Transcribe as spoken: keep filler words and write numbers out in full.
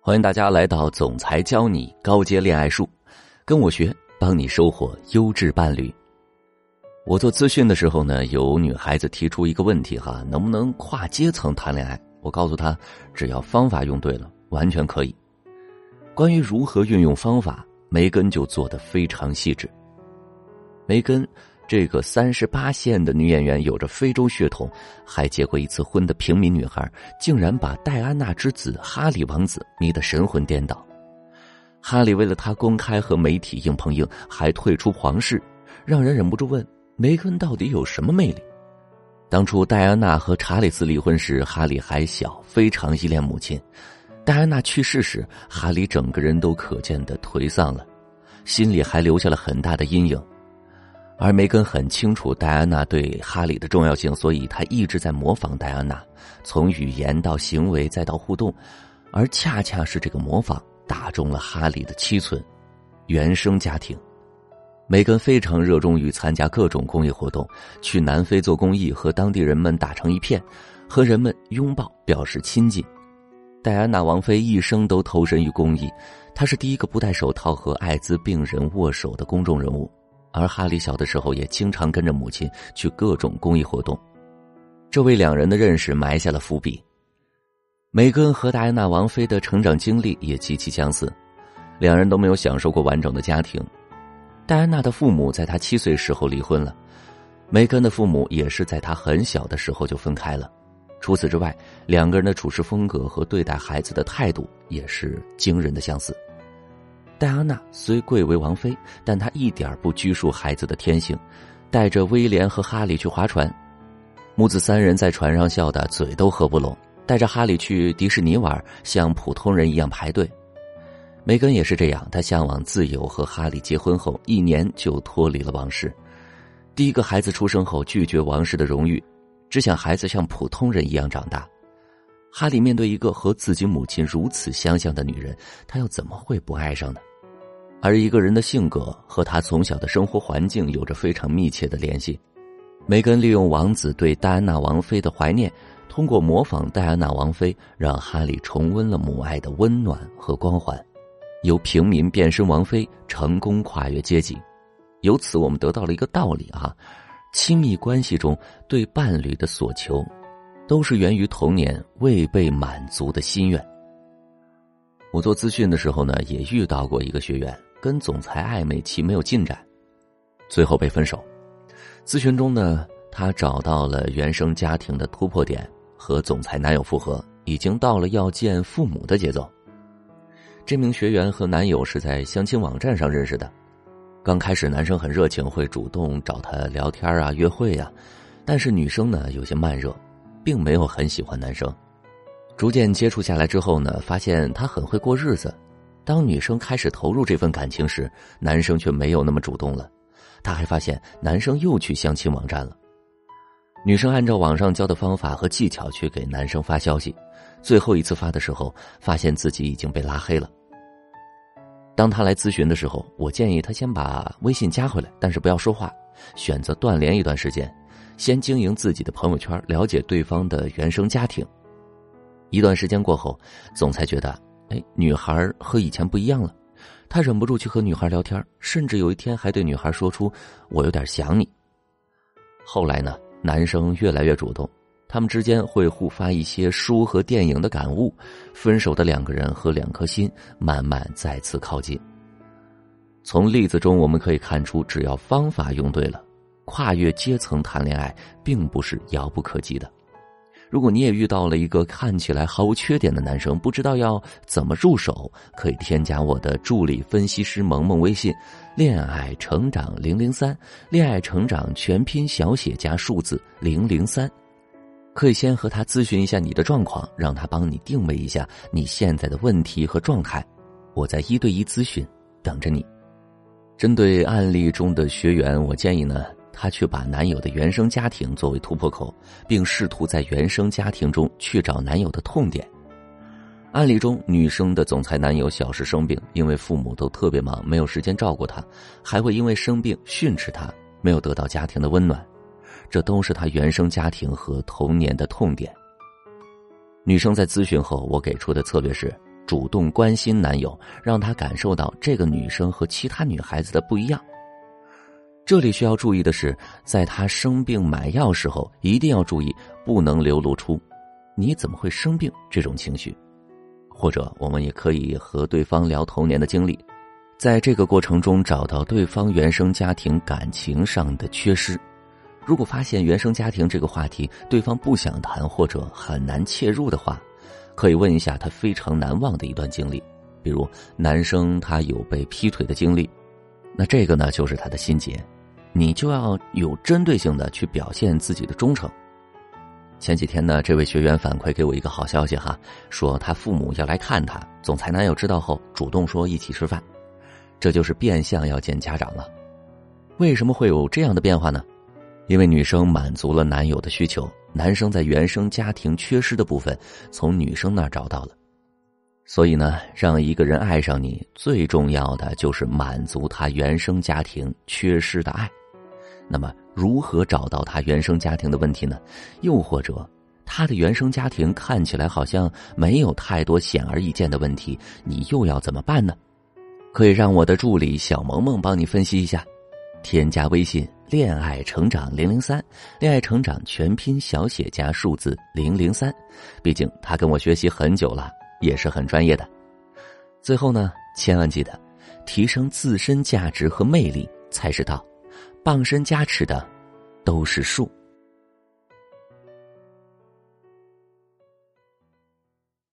欢迎大家来到总裁教你高阶恋爱术，跟我学，帮你收获优质伴侣。我做咨询的时候呢，有女孩子提出一个问题哈，能不能跨阶层谈恋爱？我告诉她，只要方法用对了，完全可以。关于如何运用方法，梅根就做得非常细致。梅根这个三十八线的女演员，有着非洲血统，还结过一次婚的平民女孩，竟然把戴安娜之子哈里王子迷得神魂颠倒。哈里为了她公开和媒体硬碰硬，还退出皇室，让人忍不住问梅根到底有什么魅力。当初戴安娜和查理斯离婚时，哈里还小，非常依恋母亲。戴安娜去世时，哈里整个人都可见的颓丧了，心里还留下了很大的阴影。而梅根很清楚戴安娜对哈里的重要性，所以她一直在模仿戴安娜，从语言到行为再到互动，而恰恰是这个模仿打中了哈里的七寸。原生家庭，梅根非常热衷于参加各种公益活动，去南非做公益，和当地人们打成一片，和人们拥抱表示亲近。戴安娜王妃一生都投身于公益，她是第一个不戴手套和艾滋病人握手的公众人物。而哈里小的时候也经常跟着母亲去各种公益活动，这为两人的认识埋下了伏笔。梅根和戴安娜王妃的成长经历也极其相似，两人都没有享受过完整的家庭。戴安娜的父母在她七岁时候离婚了，梅根的父母也是在她很小的时候就分开了。除此之外，两个人的处事风格和对待孩子的态度也是惊人的相似。戴安娜虽贵为王妃，但她一点不拘束孩子的天性，带着威廉和哈里去划船，母子三人在船上笑得嘴都合不拢，带着哈里去迪士尼玩，像普通人一样排队。梅根也是这样，她向往自由，和哈里结婚后一年就脱离了王室。第一个孩子出生后，拒绝王室的荣誉，只想孩子像普通人一样长大。哈里面对一个和自己母亲如此相像的女人，他又怎么会不爱上呢？而一个人的性格和他从小的生活环境有着非常密切的联系。梅根利用王子对戴安娜王妃的怀念，通过模仿戴安娜王妃，让哈里重温了母爱的温暖和光环，由平民变身王妃，成功跨越阶级。由此我们得到了一个道理啊，亲密关系中对伴侣的所求，都是源于童年未被满足的心愿。我做咨询的时候呢，也遇到过一个学员跟总裁暧昧期没有进展，最后被分手。咨询中呢，他找到了原生家庭的突破点，和总裁男友复合，已经到了要见父母的节奏。这名学员和男友是在相亲网站上认识的，刚开始男生很热情，会主动找他聊天啊、约会啊，但是女生呢有些慢热，并没有很喜欢男生。逐渐接触下来之后呢，发现他很会过日子。当女生开始投入这份感情时，男生却没有那么主动了。他还发现男生又去相亲网站了，女生按照网上教的方法和技巧去给男生发消息，最后一次发的时候，发现自己已经被拉黑了。当他来咨询的时候，我建议他先把微信加回来，但是不要说话，选择断联一段时间，先经营自己的朋友圈，了解对方的原生家庭。一段时间过后，总裁觉得哎，女孩和以前不一样了，他忍不住去和女孩聊天，甚至有一天还对女孩说出我有点想你。后来呢，男生越来越主动，他们之间会互发一些书和电影的感悟，分手的两个人和两颗心慢慢再次靠近。从例子中我们可以看出，只要方法用对了，跨越阶层谈恋爱并不是遥不可及的。如果你也遇到了一个看起来毫无缺点的男生，不知道要怎么入手，可以添加我的助理分析师萌萌微信恋爱成长零零三，恋爱成长全拼小写加数字零零三，可以先和他咨询一下你的状况，让他帮你定位一下你现在的问题和状态，我在一对一咨询等着你。针对案例中的学员，我建议呢，她去把男友的原生家庭作为突破口，并试图在原生家庭中去找男友的痛点。案例中，女生的总裁男友小时生病，因为父母都特别忙，没有时间照顾她，还会因为生病训斥她，没有得到家庭的温暖，这都是她原生家庭和童年的痛点。女生在咨询后，我给出的策略是主动关心男友，让他感受到这个女生和其他女孩子的不一样。这里需要注意的是，在他生病买药时候，一定要注意不能流露出你怎么会生病这种情绪。或者我们也可以和对方聊童年的经历，在这个过程中找到对方原生家庭感情上的缺失。如果发现原生家庭这个话题对方不想谈或者很难切入的话，可以问一下他非常难忘的一段经历，比如男生他有被劈腿的经历，那这个呢就是他的心结，你就要有针对性的去表现自己的忠诚。前几天呢，这位学员反馈给我一个好消息哈，说他父母要来看他，总裁男友知道后主动说一起吃饭，这就是变相要见家长了。为什么会有这样的变化呢？因为女生满足了男友的需求，男生在原生家庭缺失的部分从女生那儿找到了。所以呢，让一个人爱上你，最重要的就是满足他原生家庭缺失的爱。那么如何找到他原生家庭的问题呢？又或者他的原生家庭看起来好像没有太多显而易见的问题，你又要怎么办呢？可以让我的助理小萌萌帮你分析一下。添加微信恋爱成长零零三，恋爱成长全拼小写加数字零零三，毕竟他跟我学习很久了，也是很专业的。最后呢，千万记得提升自身价值和魅力才是道，傍身加持的都是树。